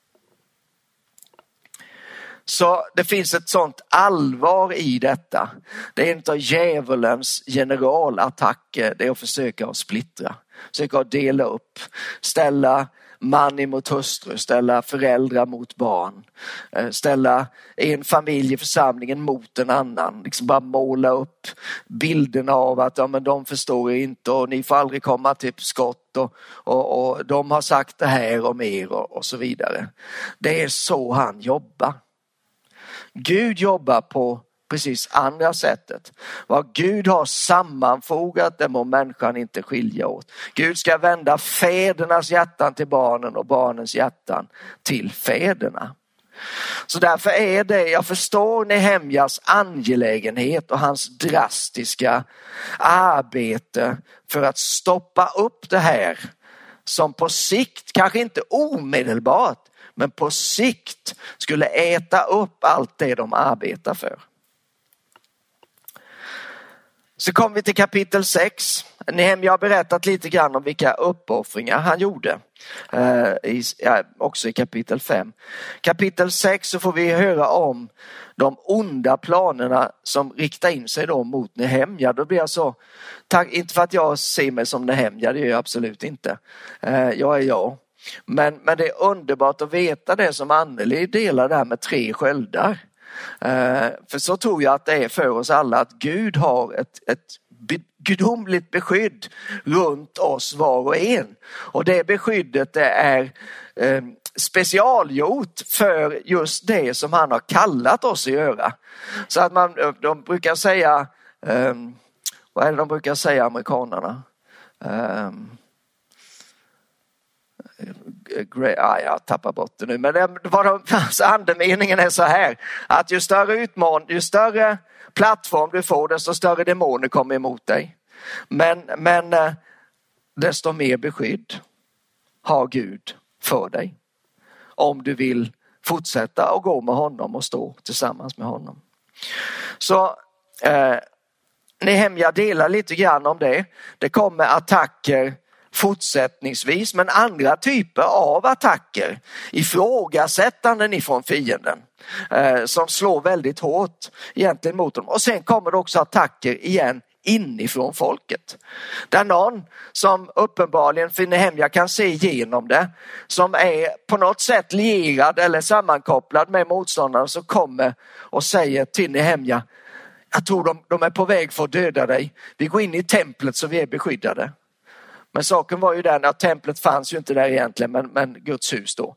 B: Så det finns ett sånt allvar i detta. Det är en av djävulens generalattacker, det är att försöka att splittra. Försöka att dela upp, ställa man emot hustru, ställa föräldrar mot barn, ställa en familj i församlingen mot en annan. Liksom bara måla upp bilderna av att men de förstår inte och ni får aldrig komma till skott och de har sagt det här om er och så vidare. Det är så han jobbar. Gud jobbar på precis andra sättet. Vad Gud har sammanfogat, det må människan inte skilja åt. Gud ska vända fädernas hjärtan till barnen och barnens hjärtan till fäderna. Så därför är det, jag förstår Nehemjas angelägenhet och hans drastiska arbete för att stoppa upp det här som på sikt, kanske inte omedelbart, men på sikt skulle äta upp allt det de arbetar för. Så kommer vi till kapitel 6. Nehemja har berättat lite grann om vilka uppoffringar han gjorde. Också i kapitel 5. Kapitel 6 så får vi höra om de onda planerna som riktar in sig då mot Nehemja. Då blir jag så, inte för att jag ser mig som Nehemja, det gör jag absolut inte. Jag är jag. Men det är underbart att veta det som Anneli delar där med 3 sköldar. För så tror jag att det är för oss alla, att Gud har ett gudomligt beskydd runt oss var och en. Och det beskyddet det är specialgjort för just det som han har kallat oss att göra. Så att de brukar säga, vad är det de brukar säga amerikanerna? Jag tappar bort det nu, men andemeningen är så här, att ju större utmaning, ju större plattform du får, desto större demoner kommer emot dig. Men desto mer beskydd har Gud för dig om du vill fortsätta och gå med honom och stå tillsammans med honom. Så Nehemja delar lite grann om det. Det kommer attacker fortsättningsvis, men andra typer av attacker, ifrågasättanden ifrån fienden som slår väldigt hårt egentligen mot dem. Och sen kommer det också attacker igen inifrån folket. Där någon som uppenbarligen för Nehemja kan se igenom det, som är på något sätt lierad eller sammankopplad med motståndaren, som kommer och säger till Nehemja: jag tror de är på väg för att döda dig. Vi går in i templet så vi är beskyddade. Men saken var ju den att templet fanns ju inte där egentligen, men Guds hus då.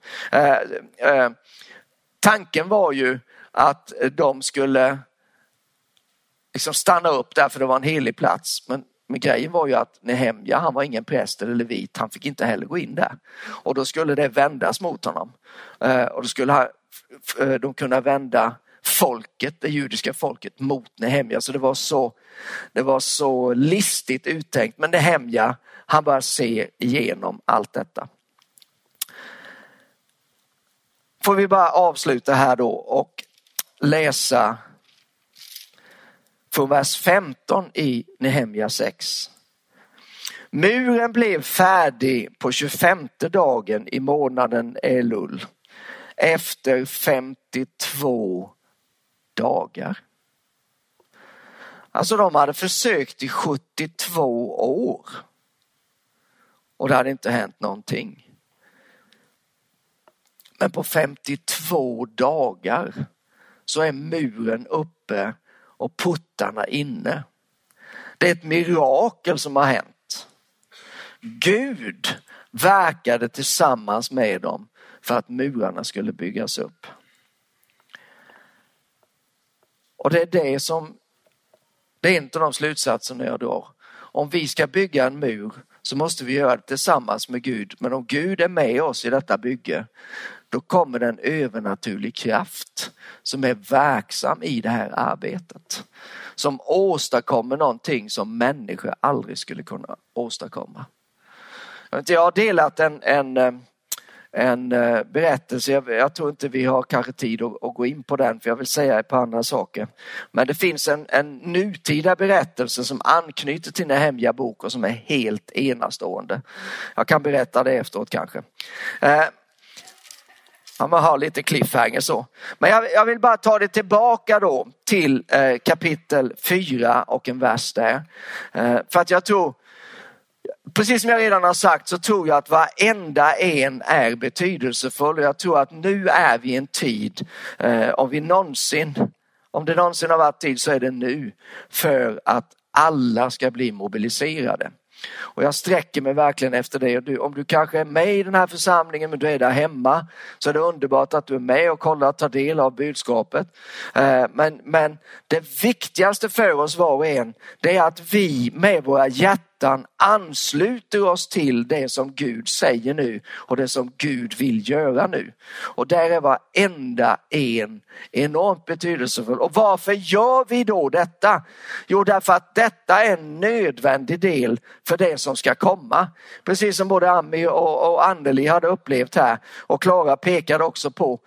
B: Tanken var ju att de skulle liksom stanna upp där för det var en helig plats. Men grejen var ju att Nehemja, han var ingen präst eller levit, han fick inte heller gå in där. Och då skulle det vändas mot honom. Och då skulle de kunna vända folket, det judiska folket, mot Nehemja. Så det var så listigt uttänkt. Men Nehemja, han börjar se igenom allt detta. Får vi bara avsluta här då och läsa från vers 15 i Nehemja 6. Muren blev färdig på 25:e dagen i månaden Elul, efter 52 dagar. Alltså de hade försökt i 72 år. Och det hade inte hänt någonting. Men på 52 dagar så är muren uppe och portarna inne. Det är ett mirakel som har hänt. Gud verkade tillsammans med dem för att murarna skulle byggas upp. Och det är en av de slutsatserna jag drar. Om vi ska bygga en mur så måste vi göra det tillsammans med Gud. Men om Gud är med oss i detta bygge, då kommer det en övernaturlig kraft som är verksam i det här arbetet. Som åstadkommer någonting som människor aldrig skulle kunna åstadkomma. Jag har delat en berättelse. Jag tror inte vi har kanske tid att gå in på den, för jag vill säga ett par andra saker. Men det finns en nutida berättelse som anknyter till Nehemja bok och som är helt enastående. Jag kan berätta det efteråt kanske. Man har lite cliffhanger så. Men jag vill bara ta det tillbaka då till kapitel 4 och en vers där. För att jag tror, precis som jag redan har sagt, så tror jag att varenda en är betydelsefull. Och jag tror att nu är vi i en tid, om det någonsin har varit tid, så är det nu, för att alla ska bli mobiliserade. Och jag sträcker mig verkligen efter det. Om du kanske är med i den här församlingen men du är där hemma, så är det underbart att du är med och kollar och tar del av budskapet. Men det viktigaste för oss var och en, det är att vi med våra hjärtan ansluter oss till det som Gud säger nu och det som Gud vill göra nu. Och där är varenda en enormt betydelsefull. Och varför gör vi då detta? Jo, därför att detta är en nödvändig del för det som ska komma. Precis som både Ami och Anneli hade upplevt här, och Klara pekade också på,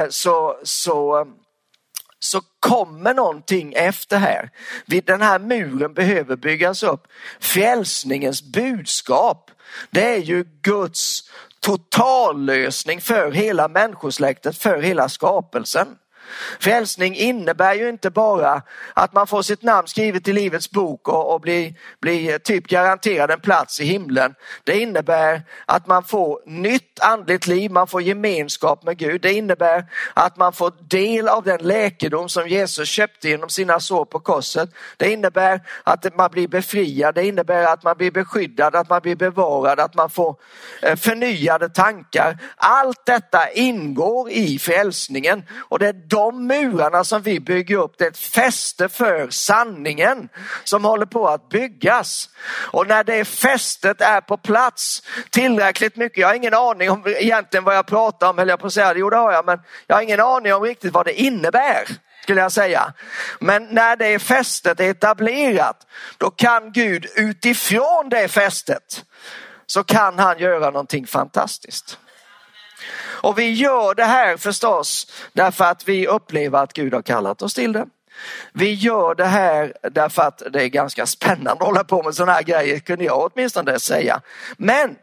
B: så kommer någonting efter här. Den här muren behöver byggas upp. Frälsningens budskap, det är ju Guds totallösning för hela människosläktet, för hela skapelsen. Frälsning innebär ju inte bara att man får sitt namn skrivet i livets bok och blir typ garanterad en plats i himlen. Det innebär att man får nytt andligt liv, man får gemenskap med Gud. Det innebär att man får del av den läkedom som Jesus köpte genom sina sår på korset. Det innebär att man blir befriad, det innebär att man blir beskyddad, att man blir bevarad, att man får förnyade tankar. Allt detta ingår i frälsningen, och det är de murarna som vi bygger upp. Det är ett fäste för sanningen som håller på att byggas. Och när det fästet är på plats tillräckligt mycket, jag har ingen aning om egentligen vad jag pratar om, eller jag på att säga det, jo det har jag, men jag har ingen aning om riktigt vad det innebär, skulle jag säga. Men när det fästet är etablerat, då kan Gud utifrån det fästet, så kan han göra någonting fantastiskt. Och vi gör det här förstås därför att vi upplever att Gud har kallat oss till det. Vi gör det här därför att det är ganska spännande att hålla på med sådana här grejer, kunde jag åtminstone säga. Men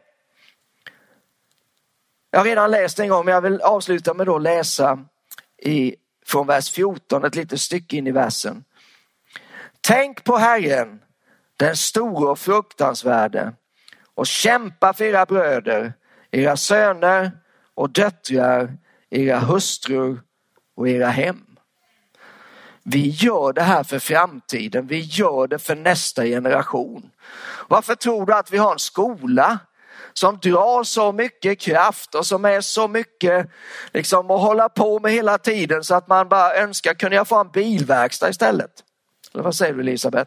B: jag har redan läst en gång, men jag vill avsluta med att läsa från vers 14, ett litet stycke in i versen. Tänk på Herren, den stora och fruktansvärde, och kämpa för era bröder, era söner och döttrar, era hustrur och era hem. Vi gör det här för framtiden. Vi gör det för nästa generation. Varför tror du att vi har en skola som drar så mycket kraft och som är så mycket liksom att hålla på med hela tiden, så att man bara önskar, kunde jag få en bilverkstad istället? Eller vad säger du, Elisabeth?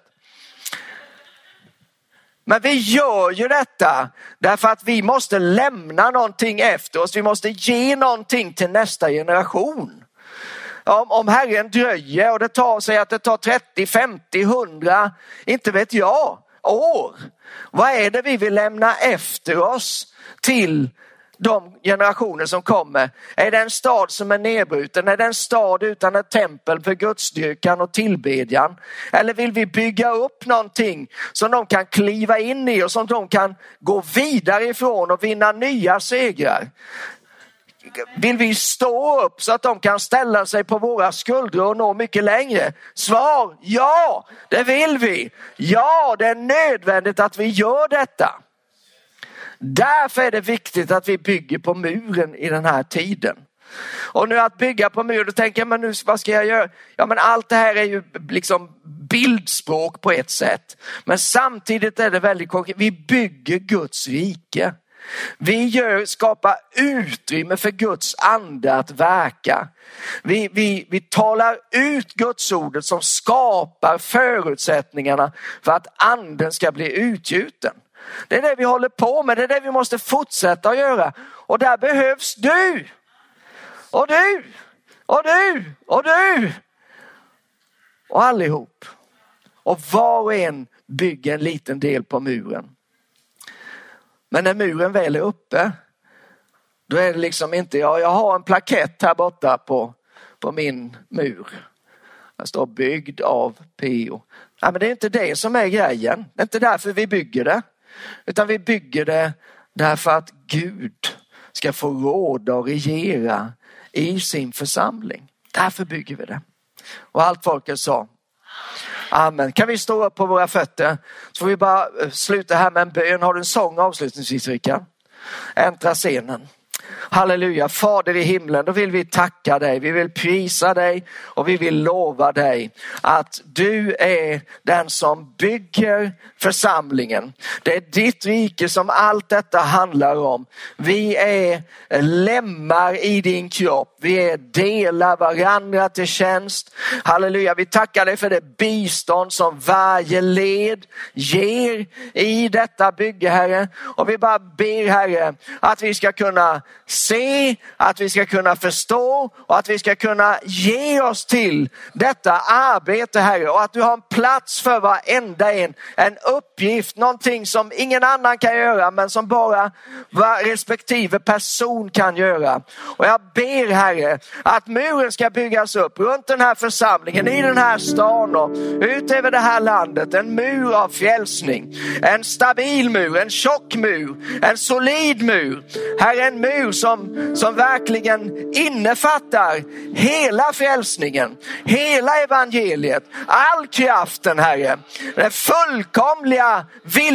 B: Men vi gör ju detta därför att vi måste lämna någonting efter oss. Vi måste ge någonting till nästa generation. Om Herren dröjer och det tar sig att det tar 30, 50, 100, inte vet jag, år. Vad är det vi vill lämna efter oss till de generationer som kommer? Är det en stad som är nedbruten? Är det en stad utan ett tempel för gudsdyrkan och tillbedjan? Eller vill vi bygga upp någonting som de kan kliva in i och som de kan gå vidare ifrån och vinna nya segrar? Vill vi stå upp så att de kan ställa sig på våra skuldror och nå mycket längre? Svar, ja, det vill vi. Ja, det är nödvändigt att vi gör detta. Därför är det viktigt att vi bygger på muren i den här tiden. Och nu att bygga på mur, då tänker jag, men nu, vad ska jag göra? Ja, men allt det här är ju liksom bildspråk på ett sätt. Men samtidigt är det väldigt konkret. Vi bygger Guds rike. Vi skapar utrymme för Guds ande att verka. Vi talar ut Guds ordet som skapar förutsättningarna för att anden ska bli utgjuten. Det är det vi håller på med, det är det vi måste fortsätta att göra. Och där behövs du. Och du. Och du. Och du. Och allihop. Och var och en bygger en liten del på muren. Men när muren väl är uppe, då är det liksom inte, jag har en plakett här borta på min mur. Den står byggd av P.O. Nej, men det är inte det som är grejen. Det är inte därför vi bygger det. Utan vi bygger det därför att Gud ska få råda och regera i sin församling. Därför bygger vi det. Och allt folket sa amen. Kan vi stå upp på våra fötter? Så får vi bara sluta här med en bön. Har du en sång avslutningsvis, Rickard? Äntra scenen. Halleluja, Fader i himlen, då vill vi tacka dig, vi vill prisa dig och vi vill lova dig att du är den som bygger församlingen. Det är ditt rike som allt detta handlar om. Vi är lemmar i din kropp, vi är delar varandra till tjänst. Halleluja, vi tackar dig för det bistånd som varje led ger i detta bygge, Herre. Och vi bara ber, Herre, att vi ska kunna se, att vi ska kunna förstå och att vi ska kunna ge oss till detta arbete, Herre. Och att du har en plats för varenda en uppgift, någonting som ingen annan kan göra men som bara respektive person kan göra. Och jag ber, Herre, att muren ska byggas upp runt den här församlingen, i den här stan och ut över det här landet. En mur av frälsning, en stabil mur, en tjock mur, en solid mur. Herre, en mur som verkligen innefattar hela frälsningen, hela evangeliet, all kraften, Herre. Den fullkomliga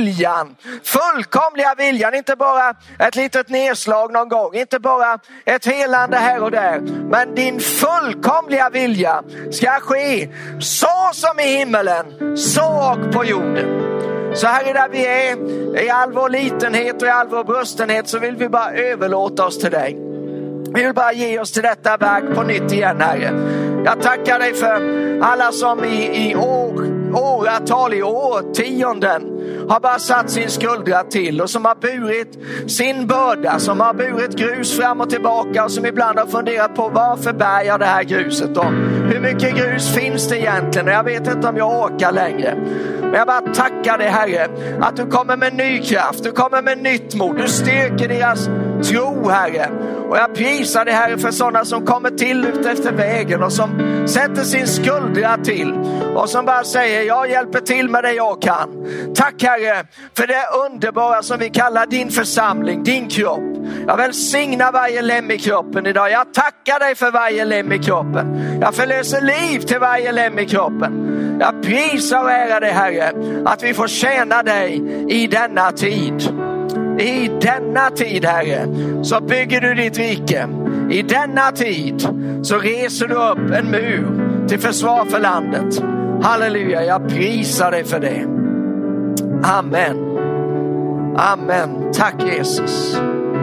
B: viljan, inte bara ett litet nedslag någon gång, inte bara ett helande här och där, men din fullkomliga vilja ska ske så som i himmelen, så och på jorden. Så här där vi är, i all vår litenhet och i all vår brustenhet, så vill vi bara överlåta oss till dig. Vi vill bara ge oss till detta verk på nytt igen, Herre. Jag tackar dig för alla som i åratal, i årtionden har bara satt sin skuldra till och som har burit sin börda, som har burit grus fram och tillbaka och som ibland har funderat på varför bär jag det här gruset och hur mycket grus finns det egentligen och jag vet inte om jag orkar längre. Men jag bara tackar dig, Herre, att du kommer med ny kraft, du kommer med nytt mod, du styrker deras tro, Herre. Och jag prisar dig, Herre, för sådana som kommer till ut efter vägen och som sätter sin skuldra till och som bara säger, jag hjälper till med det jag kan. Tack, Herre, för det underbara som vi kallar din församling, din kropp. Jag välsignar varje lem i kroppen idag. Jag tackar dig för varje lem i kroppen. Jag förlöser liv till varje lem i kroppen. Jag prisar och ärar dig, Herre, att vi får tjäna dig i denna tid. I denna tid, Herre, så bygger du ditt rike. I denna tid så reser du upp en mur till försvar för landet. Halleluja, jag prisar dig för det. Amen. Amen. Tack, Jesus.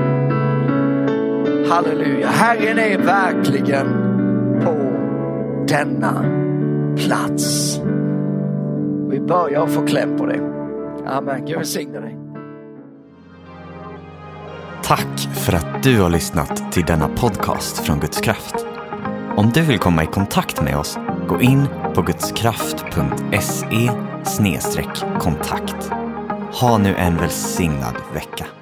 B: Halleluja. Herren är verkligen på denna plats. Vi börjar få kläm på det. Amen. Gud välsigne dig.
A: Tack för att du har lyssnat till denna podcast från Guds kraft. Om du vill komma i kontakt med oss, gå in på gudskraft.se/kontakt. Ha nu en välsignad vecka.